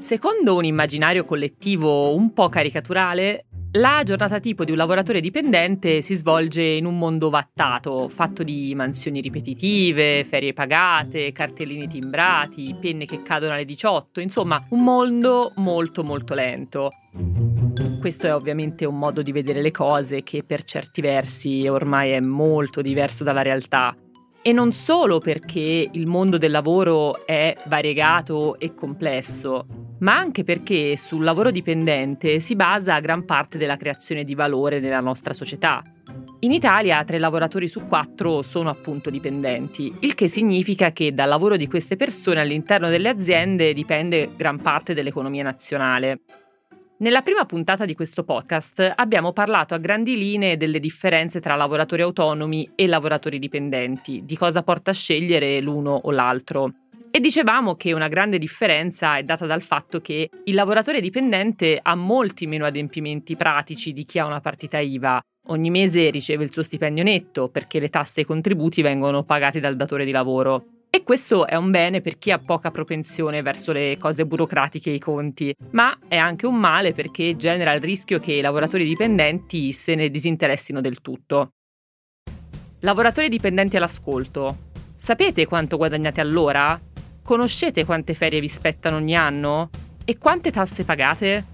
Secondo un immaginario collettivo un po' caricaturale, la giornata tipo di un lavoratore dipendente si svolge in un mondo ovattato, fatto di mansioni ripetitive, ferie pagate, cartellini timbrati, penne che cadono alle 18, insomma un mondo molto molto lento. Questo è ovviamente un modo di vedere le cose che per certi versi ormai è molto diverso dalla realtà. E non solo perché il mondo del lavoro è variegato e complesso, ma anche perché sul lavoro dipendente si basa gran parte della creazione di valore nella nostra società. In Italia 3 lavoratori su 4 sono appunto dipendenti, il che significa che dal lavoro di queste persone all'interno delle aziende dipende gran parte dell'economia nazionale. Nella prima puntata di questo podcast abbiamo parlato a grandi linee delle differenze tra lavoratori autonomi e lavoratori dipendenti, di cosa porta a scegliere l'uno o l'altro. E dicevamo che una grande differenza è data dal fatto che il lavoratore dipendente ha molti meno adempimenti pratici di chi ha una partita IVA. Ogni mese riceve il suo stipendio netto perché le tasse e i contributi vengono pagati dal datore di lavoro. E questo è un bene per chi ha poca propensione verso le cose burocratiche e i conti, ma è anche un male perché genera il rischio che i lavoratori dipendenti se ne disinteressino del tutto. Lavoratori dipendenti all'ascolto, sapete quanto guadagnate all'ora? Conoscete quante ferie vi spettano ogni anno? E quante tasse pagate?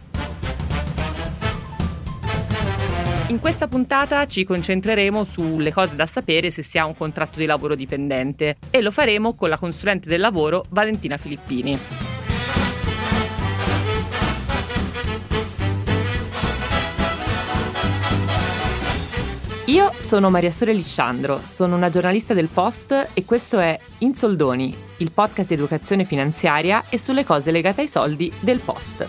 In questa puntata ci concentreremo sulle cose da sapere se si ha un contratto di lavoro dipendente e lo faremo con la consulente del lavoro Valentina Filippini. Io sono Maria Sole Lisciandro, sono una giornalista del Post e questo è In Soldoni, il podcast di educazione finanziaria e sulle cose legate ai soldi del Post.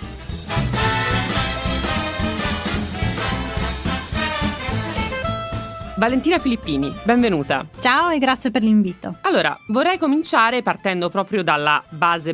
Valentina Filippini, benvenuta. Ciao e grazie per l'invito. Allora, vorrei cominciare partendo proprio dalla base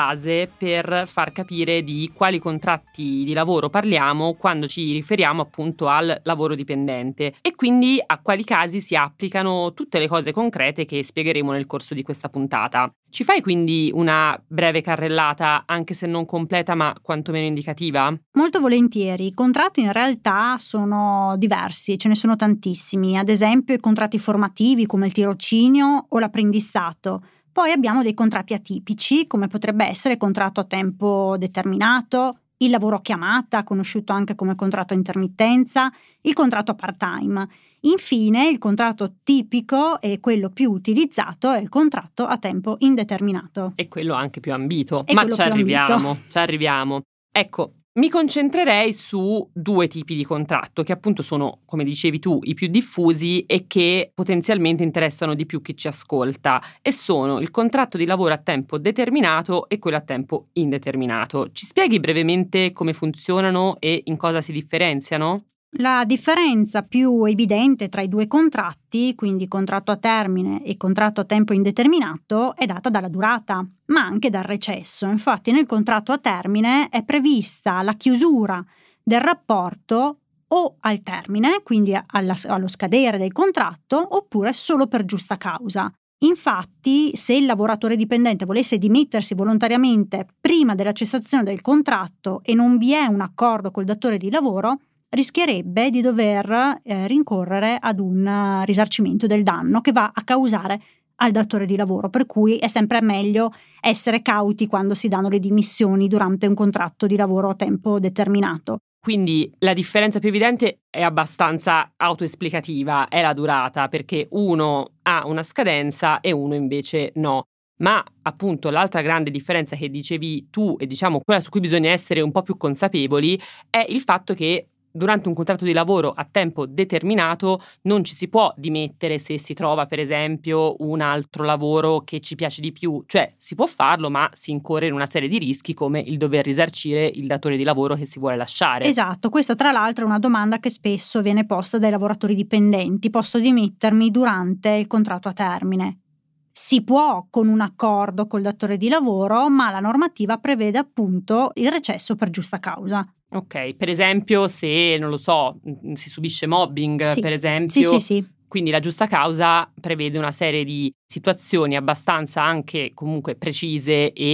per far capire di quali contratti di lavoro parliamo quando ci riferiamo appunto al lavoro dipendente e quindi a quali casi si applicano tutte le cose concrete che spiegheremo nel corso di questa puntata. Ci fai quindi una breve carrellata, anche se non completa ma quantomeno indicativa? Molto volentieri. I contratti in realtà sono diversi, ce ne sono tantissimi. Ad esempio i contratti formativi come il tirocinio o l'apprendistato. Poi abbiamo dei contratti atipici come potrebbe essere il contratto a tempo determinato, il lavoro a chiamata, conosciuto anche come contratto a intermittenza, il contratto a part-time. Infine, il contratto tipico e quello più utilizzato è il contratto a tempo indeterminato. E quello anche più ambito, ma ci arriviamo. Ecco, mi concentrerei su 2 tipi di contratto che appunto sono, come dicevi tu, i più diffusi e che potenzialmente interessano di più chi ci ascolta e sono il contratto di lavoro a tempo determinato e quello a tempo indeterminato. Ci spieghi brevemente come funzionano e in cosa si differenziano? La differenza più evidente tra i 2 contratti, quindi contratto a termine e contratto a tempo indeterminato, è data dalla durata, ma anche dal recesso. Infatti nel contratto a termine è prevista la chiusura del rapporto o al termine, quindi allo scadere del contratto, oppure solo per giusta causa. Infatti, se il lavoratore dipendente volesse dimettersi volontariamente prima della cessazione del contratto e non vi è un accordo col datore di lavoro, rischierebbe di dover rincorrere ad un risarcimento del danno che va a causare al datore di lavoro, per cui è sempre meglio essere cauti quando si danno le dimissioni durante un contratto di lavoro a tempo determinato. Quindi la differenza più evidente è abbastanza autoesplicativa, è la durata, perché uno ha una scadenza e uno invece no. Ma appunto l'altra grande differenza che dicevi tu e diciamo quella su cui bisogna essere un po' più consapevoli è il fatto che durante un contratto di lavoro a tempo determinato non ci si può dimettere se si trova per esempio un altro lavoro che ci piace di più, cioè si può farlo ma si incorre in una serie di rischi come il dover risarcire il datore di lavoro che si vuole lasciare. Esatto, questa tra l'altro è una domanda che spesso viene posta dai lavoratori dipendenti: posso dimettermi durante il contratto a termine? Si può con un accordo col datore di lavoro, ma la normativa prevede appunto il recesso per giusta causa. Ok, per esempio se, non lo so, si subisce mobbing, Sì. per esempio. Sì. Quindi la giusta causa prevede una serie di situazioni abbastanza anche comunque precise e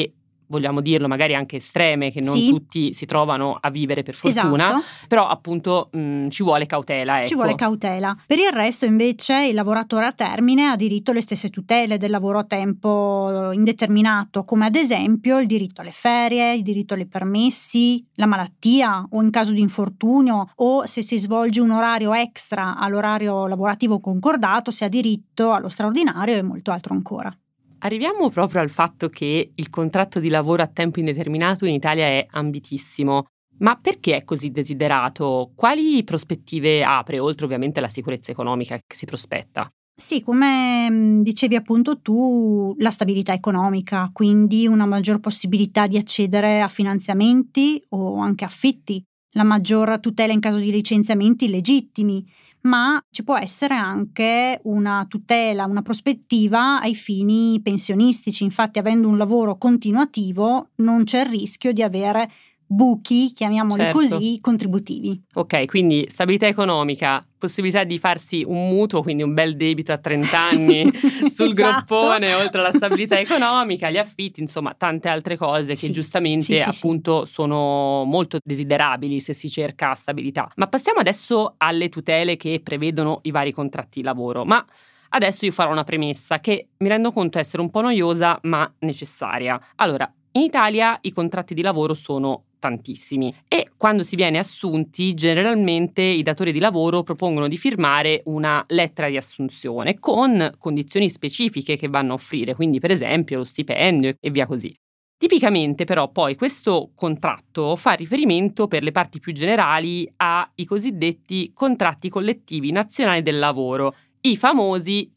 vogliamo dirlo, magari anche estreme, che non Sì. tutti si trovano a vivere per fortuna, Esatto. però appunto ci vuole cautela, ecco. Ci vuole cautela. Per il resto invece il lavoratore a termine ha diritto alle stesse tutele del lavoro a tempo indeterminato, come ad esempio il diritto alle ferie, il diritto alle permessi, la malattia o in caso di infortunio, o se si svolge un orario extra all'orario lavorativo concordato si ha diritto allo straordinario e molto altro ancora. Arriviamo proprio al fatto che il contratto di lavoro a tempo indeterminato in Italia è ambitissimo. Ma perché è così desiderato? Quali prospettive apre, oltre ovviamente alla sicurezza economica che si prospetta? Sì, come dicevi appunto tu, la stabilità economica, quindi una maggior possibilità di accedere a finanziamenti o anche affitti, la maggior tutela in caso di licenziamenti illegittimi, ma ci può essere anche una tutela, una prospettiva ai fini pensionistici. Infatti, avendo un lavoro continuativo, non c'è il rischio di avere buchi, chiamiamoli Certo. così, contributivi. Ok, quindi stabilità economica, possibilità di farsi un mutuo, quindi un bel debito a 30 anni sul Esatto. groppone, oltre alla stabilità economica, gli affitti, insomma tante altre cose che Sì, giustamente sì. appunto sono molto desiderabili se si cerca stabilità. Ma passiamo adesso alle tutele che prevedono i vari contratti di lavoro. Ma adesso io farò una premessa che mi rendo conto essere un po' noiosa ma necessaria. Allora, in Italia i contratti di lavoro sono tantissimi e quando si viene assunti generalmente i datori di lavoro propongono di firmare una lettera di assunzione con condizioni specifiche che vanno a offrire, quindi per esempio lo stipendio e via così. Tipicamente però poi questo contratto fa riferimento per le parti più generali ai cosiddetti contratti collettivi nazionali del lavoro, i famosi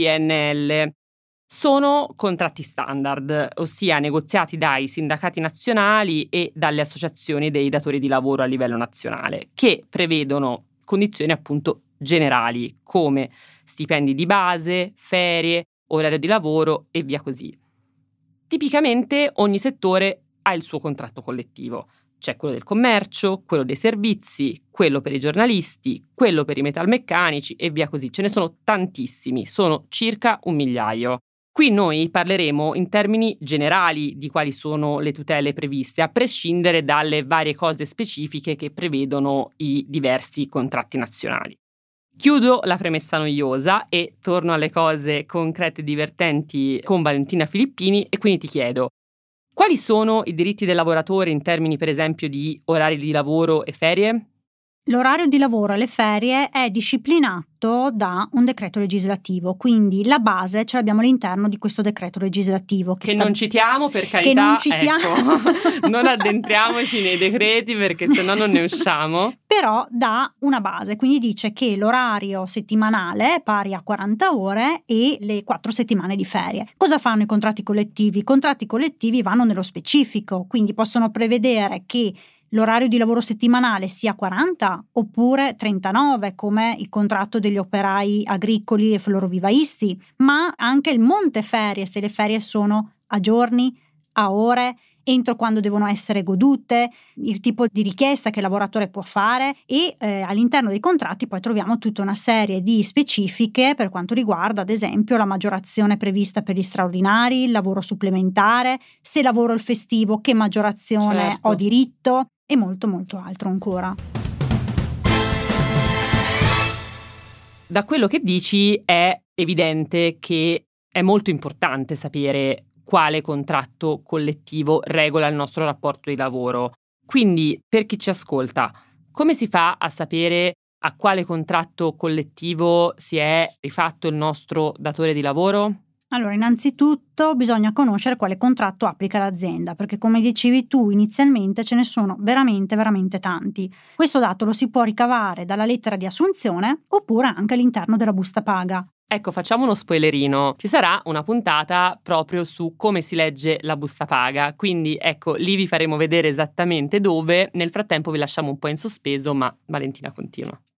CCNL. Sono contratti standard, ossia negoziati dai sindacati nazionali e dalle associazioni dei datori di lavoro a livello nazionale, che prevedono condizioni appunto generali come stipendi di base, ferie, orario di lavoro e via così. Tipicamente ogni settore ha il suo contratto collettivo. C'è quello del commercio, quello dei servizi, quello per i giornalisti, quello per i metalmeccanici e via così. Ce ne sono tantissimi, sono circa 1.000.000. Qui noi parleremo in termini generali di quali sono le tutele previste, a prescindere dalle varie cose specifiche che prevedono i diversi contratti nazionali. Chiudo la premessa noiosa e torno alle cose concrete e divertenti con Valentina Filippini e quindi ti chiedo: quali sono i diritti del lavoratore in termini per esempio di orari di lavoro e ferie? L'orario di lavoro e le ferie è disciplinato da un decreto legislativo, quindi la base ce l'abbiamo all'interno di questo decreto legislativo. Che non citiamo, per carità, che non citiamo. Ecco, non addentriamoci nei decreti perché sennò non ne usciamo. Però dà una base, quindi dice che l'orario settimanale è pari a 40 ore e le 4 settimane di ferie. Cosa fanno i contratti collettivi? I contratti collettivi vanno nello specifico, quindi possono prevedere che l'orario di lavoro settimanale sia 40 oppure 39, come il contratto degli operai agricoli e florovivaisti, ma anche il monte ferie, se le ferie sono a giorni, a ore, entro quando devono essere godute, il tipo di richiesta che il lavoratore può fare e all'interno dei contratti poi troviamo tutta una serie di specifiche per quanto riguarda ad esempio la maggiorazione prevista per gli straordinari, il lavoro supplementare, se lavoro il festivo che maggiorazione Certo. ho diritto e molto molto altro ancora. Da quello che dici è evidente che è molto importante sapere quale contratto collettivo regola il nostro rapporto di lavoro. Quindi, per chi ci ascolta, come si fa a sapere a quale contratto collettivo si è rifatto il nostro datore di lavoro? Allora, innanzitutto bisogna conoscere quale contratto applica l'azienda, perché come dicevi tu inizialmente ce ne sono veramente, veramente tanti. Questo dato lo si può ricavare dalla lettera di assunzione oppure anche all'interno della busta paga. Ecco, facciamo uno spoilerino. Ci sarà una puntata proprio su come si legge la busta paga, quindi ecco, lì vi faremo vedere esattamente dove. Nel frattempo vi lasciamo un po' in sospeso, ma Valentina continua.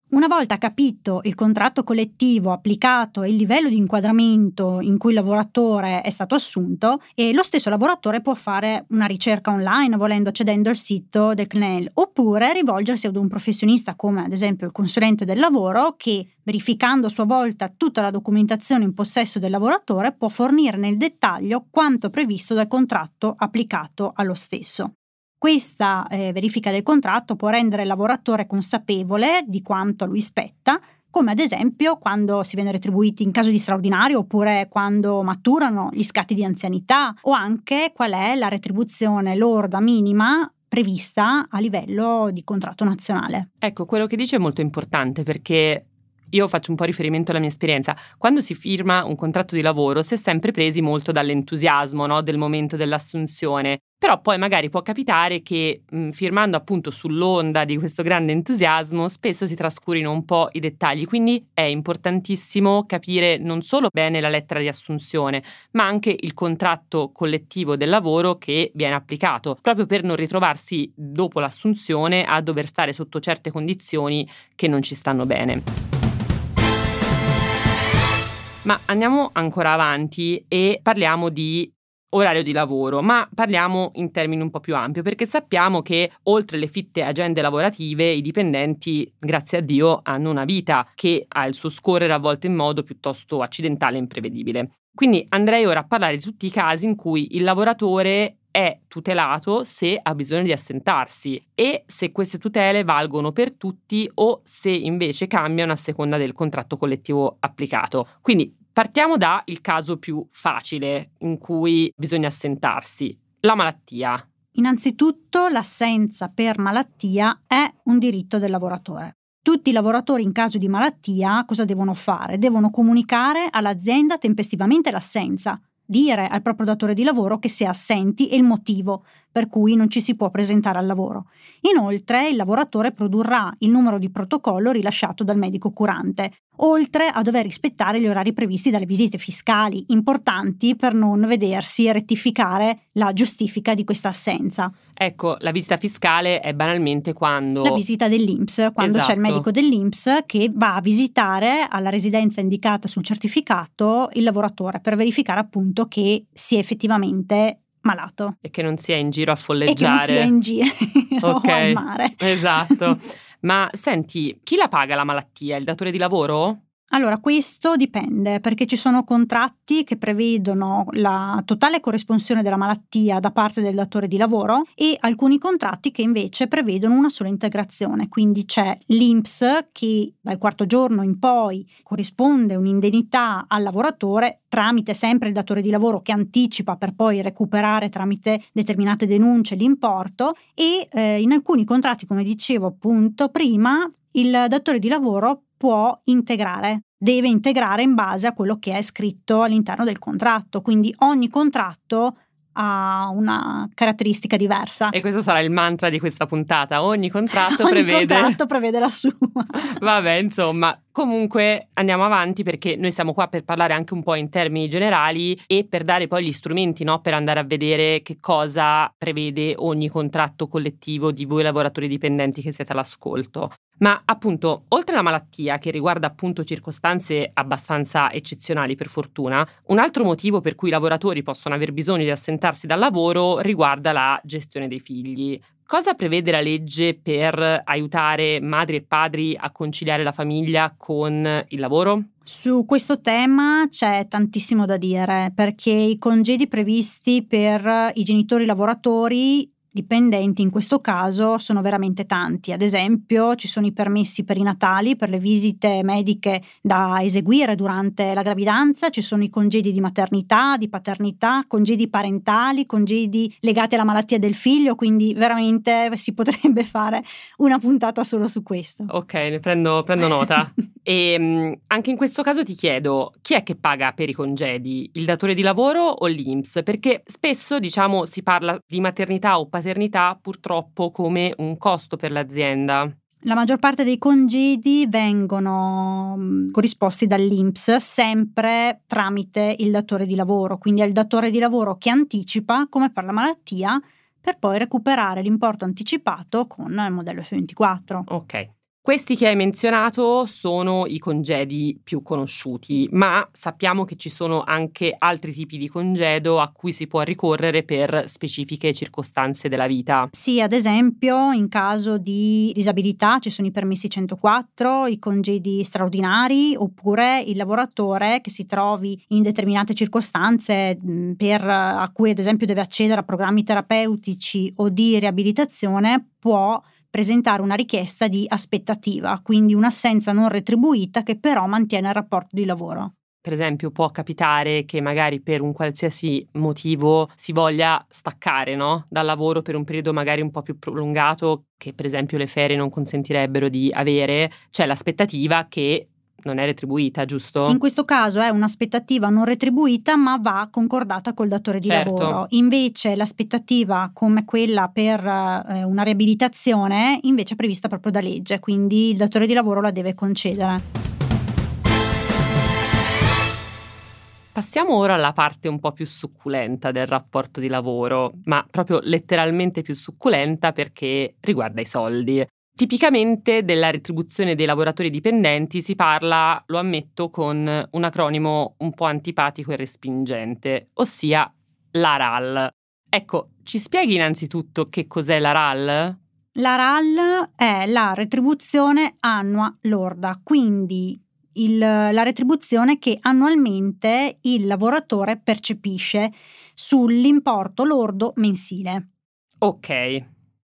Una volta capito il contratto collettivo applicato e il livello di inquadramento in cui il lavoratore è stato assunto, lo stesso lavoratore può fare una ricerca online volendo, accedendo al sito del CNEL, oppure rivolgersi ad un professionista come ad esempio il consulente del lavoro che, verificando a sua volta tutta la documentazione in possesso del lavoratore, può fornire nel dettaglio quanto previsto dal contratto applicato allo stesso. Questa verifica del contratto può rendere il lavoratore consapevole di quanto a lui spetta, come ad esempio quando si viene retribuiti in caso di straordinario oppure quando maturano gli scatti di anzianità, o anche qual è la retribuzione lorda minima prevista a livello di contratto nazionale. Ecco, quello che dice è molto importante, perché io faccio un po' riferimento alla mia esperienza. Quando si firma un contratto di lavoro si è sempre presi molto dall'entusiasmo, no? Del momento dell'assunzione, però poi magari può capitare che firmando appunto sull'onda di questo grande entusiasmo spesso si trascurino un po' i dettagli, quindi è importantissimo capire non solo bene la lettera di assunzione, ma anche il contratto collettivo del lavoro che viene applicato, proprio per non ritrovarsi dopo l'assunzione a dover stare sotto certe condizioni che non ci stanno bene. Ma andiamo ancora avanti e parliamo di orario di lavoro, ma parliamo in termini un po' più ampi, perché sappiamo che oltre le fitte agende lavorative i dipendenti, grazie a Dio, hanno una vita che ha il suo scorrere a volte in modo piuttosto accidentale e imprevedibile. Quindi andrei ora a parlare di tutti i casi in cui il lavoratore è tutelato se ha bisogno di assentarsi e se queste tutele valgono per tutti o se invece cambiano a seconda del contratto collettivo applicato. Quindi partiamo dal caso più facile in cui bisogna assentarsi, la malattia. Innanzitutto l'assenza per malattia è un diritto del lavoratore. Tutti i lavoratori in caso di malattia cosa devono fare? Devono comunicare all'azienda tempestivamente l'assenza, dire al proprio datore di lavoro che si è assenti e il motivo per cui non ci si può presentare al lavoro. Inoltre il lavoratore produrrà il numero di protocollo rilasciato dal medico curante, oltre a dover rispettare gli orari previsti dalle visite fiscali, importanti per non vedersi rettificare la giustifica di questa assenza. Ecco, la visita fiscale è banalmente quando... La visita dell'INPS, quando Esatto. C'è il medico dell'INPS che va a visitare alla residenza indicata sul certificato il lavoratore per verificare appunto che sia effettivamente malato. E che non sia in giro a E folleggiare. che non sia in giro Ok, o al mare. Esatto. Ma senti, chi la paga la malattia? Il datore di lavoro? Allora, questo dipende, perché ci sono contratti che prevedono la totale corresponsione della malattia da parte del datore di lavoro e alcuni contratti che invece prevedono una sola integrazione. Quindi c'è l'INPS che dal quarto giorno in poi corrisponde un'indennità al lavoratore tramite sempre il datore di lavoro che anticipa per poi recuperare tramite determinate denunce l'importo e in alcuni contratti, come dicevo appunto prima, il datore di lavoro può integrare, deve integrare in base a quello che è scritto all'interno del contratto, quindi ogni contratto ha una caratteristica diversa. E questo sarà il mantra di questa puntata, ogni contratto Ogni prevede... contratto prevede la sua. Vabbè, insomma, comunque andiamo avanti perché noi siamo qua per parlare anche un po' in termini generali e per dare poi gli strumenti, no, per andare a vedere che cosa prevede ogni contratto collettivo di voi lavoratori dipendenti che siete all'ascolto. Ma appunto, oltre alla malattia, che riguarda appunto circostanze abbastanza eccezionali per fortuna, un altro motivo per cui i lavoratori possono aver bisogno di assentarsi dal lavoro riguarda la gestione dei figli. Cosa prevede la legge per aiutare madri e padri a conciliare la famiglia con il lavoro? Su questo tema c'è tantissimo da dire, perché i congedi previsti per i genitori lavoratori dipendenti in questo caso sono veramente tanti. Ad esempio ci sono i permessi per i natali, per le visite mediche da eseguire durante la gravidanza, ci sono i congedi di maternità, di paternità, congedi parentali, congedi legati alla malattia del figlio, quindi veramente si potrebbe fare una puntata solo su questo. Ok, ne prendo nota. E anche in questo caso ti chiedo, chi è che paga per i congedi? Il datore di lavoro o l'INPS? Perché spesso, diciamo, si parla di maternità o paternità purtroppo come un costo per l'azienda. La maggior parte dei congedi vengono corrisposti dall'INPS sempre tramite il datore di lavoro, quindi è il datore di lavoro che anticipa, come per la malattia, per poi recuperare l'importo anticipato con il modello F24. Ok. Questi che hai menzionato sono i congedi più conosciuti, ma sappiamo che ci sono anche altri tipi di congedo a cui si può ricorrere per specifiche circostanze della vita. Sì, ad esempio in caso di disabilità ci sono i permessi 104, i congedi straordinari, oppure il lavoratore che si trovi in determinate circostanze a cui ad esempio deve accedere a programmi terapeutici o di riabilitazione può presentare una richiesta di aspettativa, quindi un'assenza non retribuita che però mantiene il rapporto di lavoro. Per esempio può capitare che magari per un qualsiasi motivo si voglia staccare, no? Dal lavoro per un periodo magari un po' più prolungato che per esempio le ferie non consentirebbero di avere, c'è l'aspettativa che non è retribuita, giusto? In questo caso è un'aspettativa non retribuita ma va concordata col datore di lavoro. Invece l'aspettativa come quella per una riabilitazione invece è prevista proprio da legge, quindi il datore di lavoro la deve concedere. Passiamo ora alla parte un po' più succulenta del rapporto di lavoro, ma proprio letteralmente più succulenta perché riguarda i soldi. Tipicamente della retribuzione dei lavoratori dipendenti si parla, lo ammetto, con un acronimo un po' antipatico e respingente, ossia la RAL. Ecco, ci spieghi innanzitutto che cos'è la RAL? La RAL è la retribuzione annua lorda, quindi la retribuzione che annualmente il lavoratore percepisce sull'importo lordo mensile. Ok.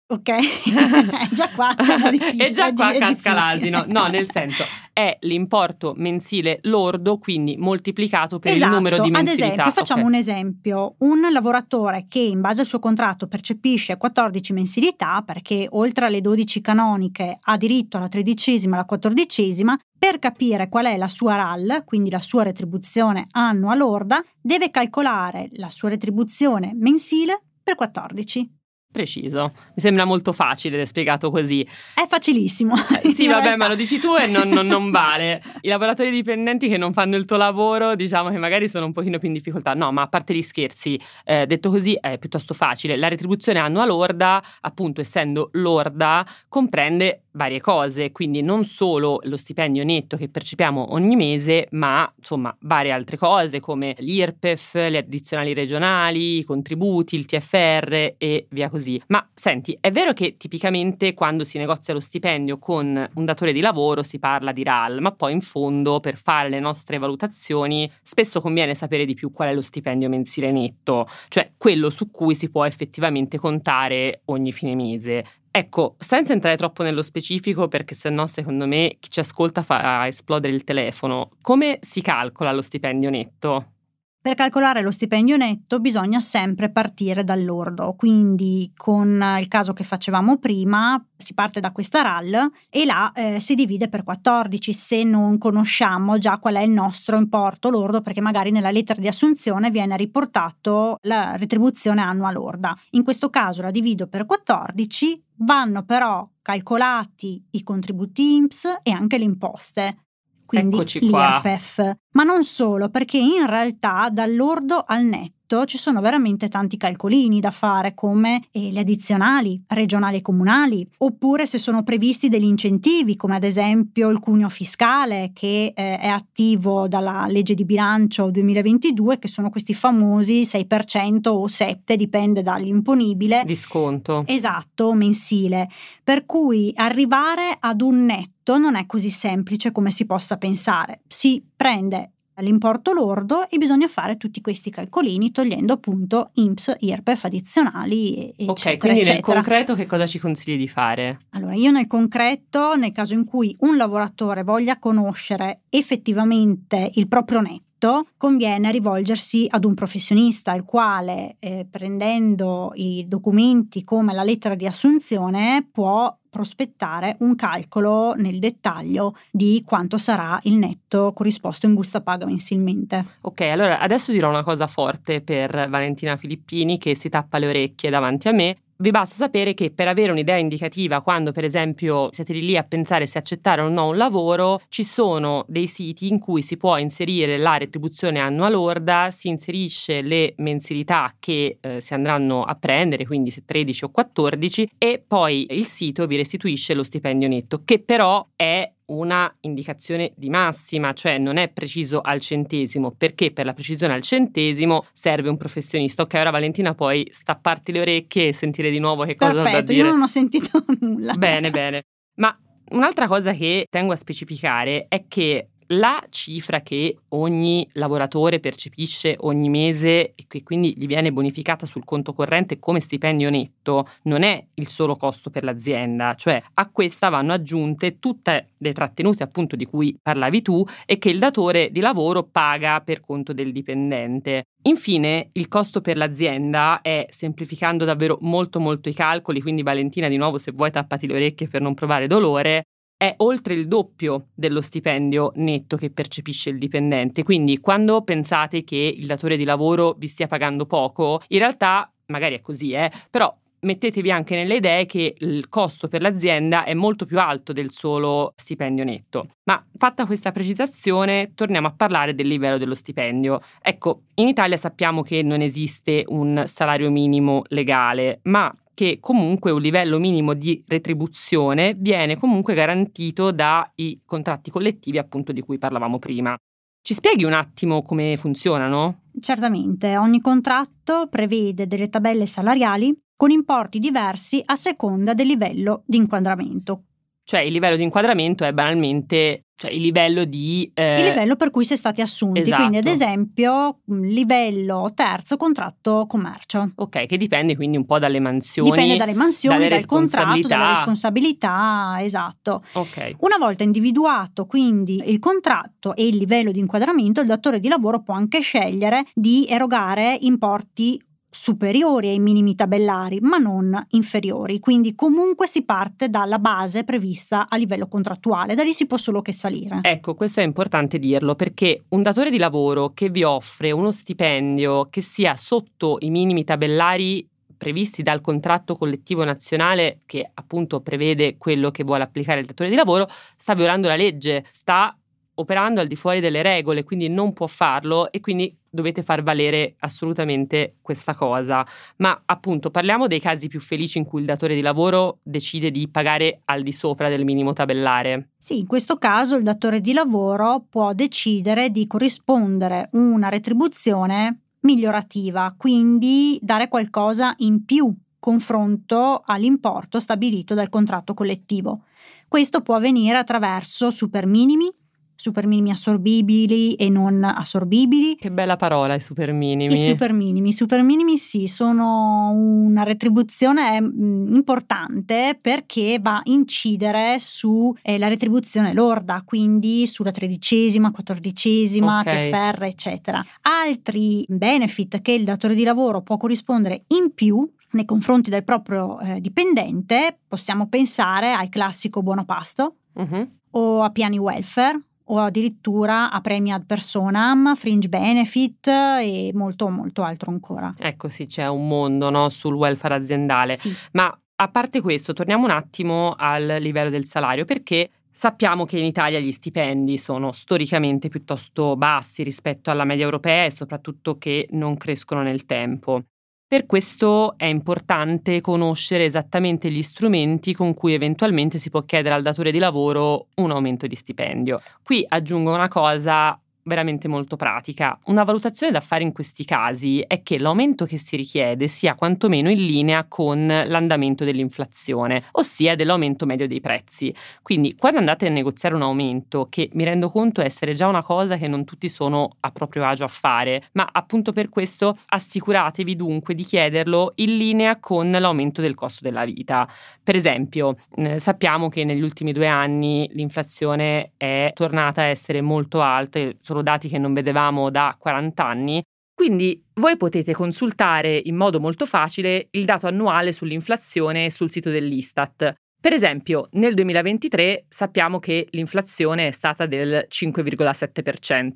Già qua siamo E già qua casca l'asino. No, nel senso, è l'importo mensile lordo, quindi moltiplicato per il numero di mensilità. Ad esempio, facciamo un esempio. Un lavoratore che in base al suo contratto percepisce 14 mensilità, perché oltre alle 12 canoniche ha diritto alla 13ª e alla 14ª, per capire qual è la sua RAL, quindi la sua retribuzione annua lorda, deve calcolare la sua retribuzione mensile per 14. Preciso, mi sembra molto facile ed è spiegato così. È facilissimo. Sì, vabbè, ma lo dici tu e non vale. I lavoratori dipendenti che non fanno il tuo lavoro, diciamo che magari sono un pochino più in difficoltà. No, ma a parte gli scherzi, detto così è piuttosto facile. La retribuzione annua lorda, appunto essendo lorda, comprende varie cose, quindi non solo lo stipendio netto che percepiamo ogni mese, ma insomma varie altre cose come l'IRPEF, le addizionali regionali, i contributi, il TFR e via così. Ma senti, è vero che tipicamente quando si negozia lo stipendio con un datore di lavoro si parla di RAL, ma poi in fondo per fare le nostre valutazioni spesso conviene sapere di più qual è lo stipendio mensile netto, cioè quello su cui si può effettivamente contare ogni fine mese. Ecco, senza entrare troppo nello specifico, perché sennò secondo me chi ci ascolta fa esplodere il telefono, come si calcola lo stipendio netto? Per calcolare lo stipendio netto bisogna sempre partire dal lordo, quindi con il caso che facevamo prima si parte da questa RAL e là si divide per 14 se non conosciamo già qual è il nostro importo lordo, perché magari nella lettera di assunzione viene riportato la retribuzione annua lorda. In questo caso la divido per 14, vanno però calcolati i contributi INPS e anche le imposte. Quindi l'IRPEF, ma non solo, perché in realtà dal lordo al netto ci sono veramente tanti calcolini da fare, come le addizionali regionali e comunali, oppure se sono previsti degli incentivi come ad esempio il cuneo fiscale che è attivo dalla legge di bilancio 2022, che sono questi famosi 6% o 7%, dipende dall'imponibile di sconto, esatto, mensile, per cui arrivare ad un netto non è così semplice come si possa pensare. Si prende l'importo lordo e bisogna fare tutti questi calcolini togliendo appunto INPS, IRPEF, addizionali eccetera. Ok, quindi nel concreto che cosa ci consigli di fare? Allora, io nel concreto, nel caso in cui un lavoratore voglia conoscere effettivamente il proprio netto, conviene rivolgersi ad un professionista, il quale prendendo i documenti come la lettera di assunzione può prospettare un calcolo nel dettaglio di quanto sarà il netto corrisposto in busta paga mensilmente. Ok, allora adesso dirò una cosa forte per Valentina Filippini che si tappa le orecchie davanti a me. vi basta sapere che per avere un'idea indicativa, quando per esempio siete lì a pensare se accettare o no un lavoro, ci sono dei siti in cui si può inserire la retribuzione annua lorda, si inserisce le mensilità che si andranno a prendere, quindi se 13 o 14, e poi il sito vi restituisce lo stipendio netto, che però è una indicazione di massima, cioè non è preciso al centesimo, perché per la precisione al centesimo serve un professionista. Ok, ora Valentina puoi stapparti le orecchie e sentire di nuovo che cosa ho da Perfetto, dire. io non ho sentito nulla. Bene. Ma un'altra cosa che tengo a specificare è che la cifra che ogni lavoratore percepisce ogni mese e che quindi gli viene bonificata sul conto corrente come stipendio netto non è il solo costo per l'azienda, cioè a questa vanno aggiunte tutte le trattenute appunto di cui parlavi tu e che il datore di lavoro paga per conto del dipendente. Infine, il costo per l'azienda è, semplificando davvero molto i calcoli, quindi Valentina di nuovo se vuoi tappati le orecchie per non provare dolore, è oltre il doppio dello stipendio netto che percepisce il dipendente. Quindi quando pensate che il datore di lavoro vi stia pagando poco, in realtà magari è così, però mettetevi anche nelle idee che il costo per l'azienda è molto più alto del solo stipendio netto. Ma fatta questa precisazione, torniamo a parlare del livello dello stipendio. Ecco, in Italia sappiamo che non esiste un salario minimo legale, ma che comunque un livello minimo di retribuzione viene comunque garantito dai contratti collettivi appunto di cui parlavamo prima. Ci spieghi un attimo come funzionano? Certamente, ogni contratto prevede delle tabelle salariali con importi diversi a seconda del livello di inquadramento. Cioè il livello di inquadramento è banalmente il livello di... Il livello per cui si è stati assunti, esatto. Quindi ad esempio livello terzo contratto commercio. Ok, che dipende quindi un po' dalle mansioni. Dipende dalle mansioni, dal contratto, dalla responsabilità, esatto. Ok. Una volta individuato quindi il contratto e il livello di inquadramento, il datore di lavoro può anche scegliere di erogare importi superiori ai minimi tabellari, ma non inferiori. Quindi comunque si parte dalla base prevista a livello contrattuale, da lì si può solo che salire. Ecco, questo è importante dirlo, perché un datore di lavoro che vi offre uno stipendio che sia sotto i minimi tabellari previsti dal contratto collettivo nazionale, che appunto prevede quello che vuole applicare il datore di lavoro, sta violando la legge, sta operando al di fuori delle regole, quindi non può farlo e quindi dovete far valere assolutamente questa cosa. Ma appunto parliamo dei casi più felici in cui il datore di lavoro decide di pagare al di sopra del minimo tabellare. Sì, in questo caso il datore di lavoro può decidere di corrispondere una retribuzione migliorativa, quindi dare qualcosa in più confronto all'importo stabilito dal contratto collettivo. Questo può avvenire attraverso superminimi assorbibili e non assorbibili. Che bella parola, i superminimi. I superminimi sì, sono una retribuzione importante perché va a incidere su la retribuzione lorda, quindi sulla 13ª, 14ª, Okay. TFR, eccetera. Altri benefit che il datore di lavoro può corrispondere in più nei confronti del proprio dipendente, possiamo pensare al classico buono pasto o a piani welfare, o addirittura a premi ad personam, fringe benefit e molto altro ancora. Ecco sì, c'è un mondo, no, sul welfare aziendale. Sì. Ma a parte questo, torniamo un attimo al livello del salario, perché sappiamo che in Italia gli stipendi sono storicamente piuttosto bassi rispetto alla media europea e soprattutto che non crescono nel tempo. Per questo è importante conoscere esattamente gli strumenti con cui eventualmente si può chiedere al datore di lavoro un aumento di stipendio. Qui aggiungo una cosa veramente molto pratica. Una valutazione da fare in questi casi è che l'aumento che si richiede sia quantomeno in linea con l'andamento dell'inflazione, ossia dell'aumento medio dei prezzi. Quindi quando andate a negoziare un aumento, che mi rendo conto essere già una cosa che non tutti sono a proprio agio a fare, ma appunto per questo assicuratevi dunque di chiederlo in linea con l'aumento del costo della vita. Per esempio, sappiamo che negli ultimi 2 anni l'inflazione è tornata a essere molto alta, sono dati che non vedevamo da 40 anni. Quindi voi potete consultare in modo molto facile il dato annuale sull'inflazione sul sito dell'Istat. Per esempio, nel 2023 sappiamo che l'inflazione è stata del 5,7%.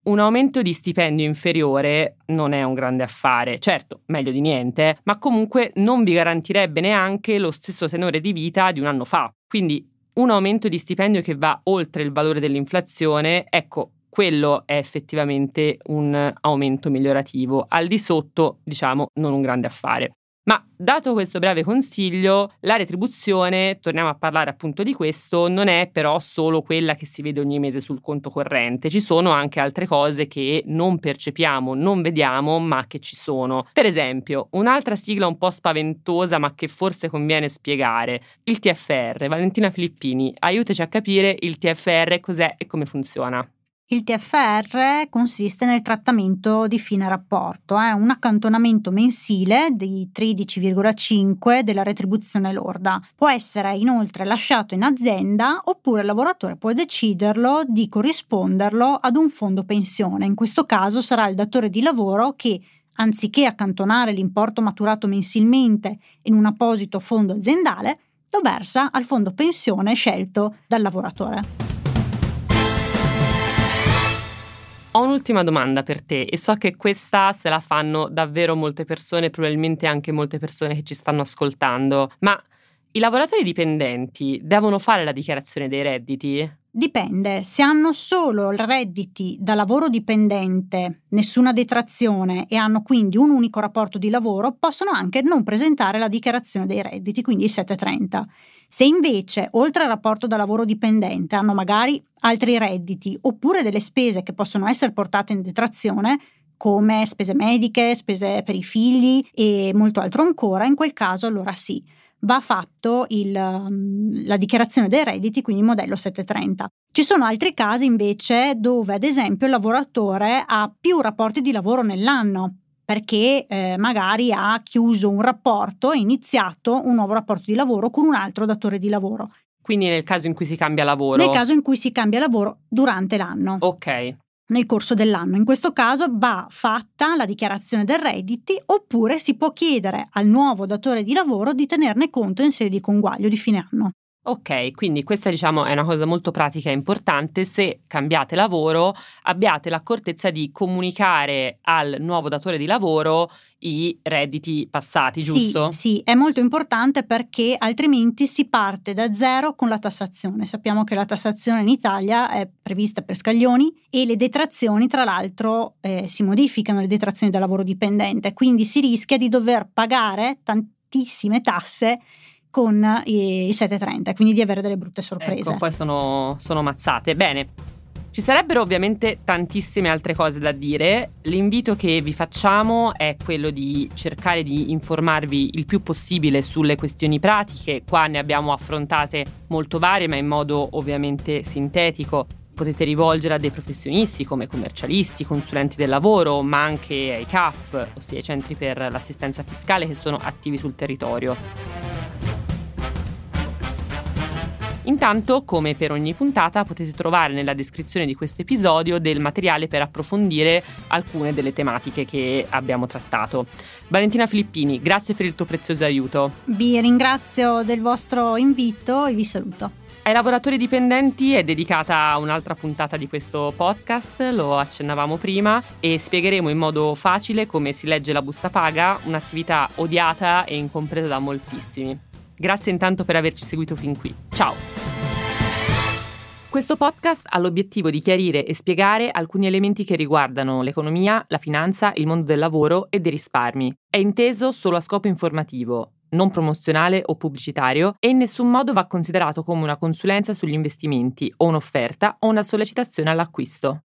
un aumento di stipendio inferiore non è un grande affare, certo, meglio di niente, ma comunque non vi garantirebbe neanche lo stesso tenore di vita di un anno fa. Quindi un aumento di stipendio che va oltre il valore dell'inflazione, ecco, quello è effettivamente un aumento migliorativo. Al di sotto, diciamo, non un grande affare. Ma dato questo breve consiglio, la retribuzione, torniamo a parlare appunto di questo, non è però solo quella che si vede ogni mese sul conto corrente. Ci sono anche altre cose che non percepiamo, non vediamo, ma che ci sono. Per esempio, un'altra sigla un po' spaventosa, ma che forse conviene spiegare, il TFR. Valentina Filippini, aiutaci a capire il TFR cos'è e come funziona. Il TFR consiste nel trattamento di fine rapporto, un accantonamento mensile di 13,5 della retribuzione lorda. Può essere inoltre lasciato in azienda oppure il lavoratore può deciderlo di corrisponderlo ad un fondo pensione. In questo caso sarà il datore di lavoro che, anziché accantonare l'importo maturato mensilmente in un apposito fondo aziendale, lo versa al fondo pensione scelto dal lavoratore. Ho un'ultima domanda per te e so che questa se la fanno davvero molte persone, probabilmente anche molte persone che ci stanno ascoltando, ma i lavoratori dipendenti devono fare la dichiarazione dei redditi? Dipende, se hanno solo redditi da lavoro dipendente, nessuna detrazione e hanno quindi un unico rapporto di lavoro, possono anche non presentare la dichiarazione dei redditi, quindi il 730. Se invece, oltre al rapporto da lavoro dipendente, hanno magari altri redditi oppure delle spese che possono essere portate in detrazione, come spese mediche, spese per i figli e molto altro ancora, in quel caso allora sì, va fatto la dichiarazione dei redditi, quindi modello 730. Ci sono altri casi invece dove ad esempio il lavoratore ha più rapporti di lavoro nell'anno, perché magari ha chiuso un rapporto e iniziato un nuovo rapporto di lavoro con un altro datore di lavoro. Quindi nel caso in cui si cambia lavoro? Nel caso in cui si cambia lavoro durante l'anno. Ok. Nel corso dell'anno. In questo caso va fatta la dichiarazione dei redditi oppure si può chiedere al nuovo datore di lavoro di tenerne conto in sede di conguaglio di fine anno. Ok, quindi questa diciamo è una cosa molto pratica e importante. Se cambiate lavoro, abbiate l'accortezza di comunicare al nuovo datore di lavoro i redditi passati, giusto? Sì, è molto importante perché altrimenti si parte da zero con la tassazione. Sappiamo che la tassazione in Italia è prevista per scaglioni e le detrazioni, tra l'altro, si modificano le detrazioni da lavoro dipendente, quindi si rischia di dover pagare tantissime tasse con il 730, quindi di avere delle brutte sorprese. Ecco, poi sono mazzate. Bene, ci sarebbero ovviamente tantissime altre cose da dire. L'invito che vi facciamo è quello di cercare di informarvi il più possibile sulle questioni pratiche. Qua ne abbiamo affrontate molto varie, ma in modo ovviamente sintetico. Potete rivolgere a dei professionisti come commercialisti, consulenti del lavoro, ma anche ai CAF, ossia ai centri per l'assistenza fiscale che sono attivi sul territorio. Intanto, come per ogni puntata, potete trovare nella descrizione di questo episodio del materiale per approfondire alcune delle tematiche che abbiamo trattato. Valentina Filippini, grazie per il tuo prezioso aiuto. Vi ringrazio del vostro invito e vi saluto. Ai lavoratori dipendenti è dedicata un'altra puntata di questo podcast, lo accennavamo prima, e spiegheremo in modo facile come si legge la busta paga, un'attività odiata e incompresa da moltissimi. Grazie intanto per averci seguito fin qui. Ciao! Questo podcast ha l'obiettivo di chiarire e spiegare alcuni elementi che riguardano l'economia, la finanza, il mondo del lavoro e dei risparmi. È inteso solo a scopo informativo, non promozionale o pubblicitario e in nessun modo va considerato come una consulenza sugli investimenti o un'offerta o una sollecitazione all'acquisto.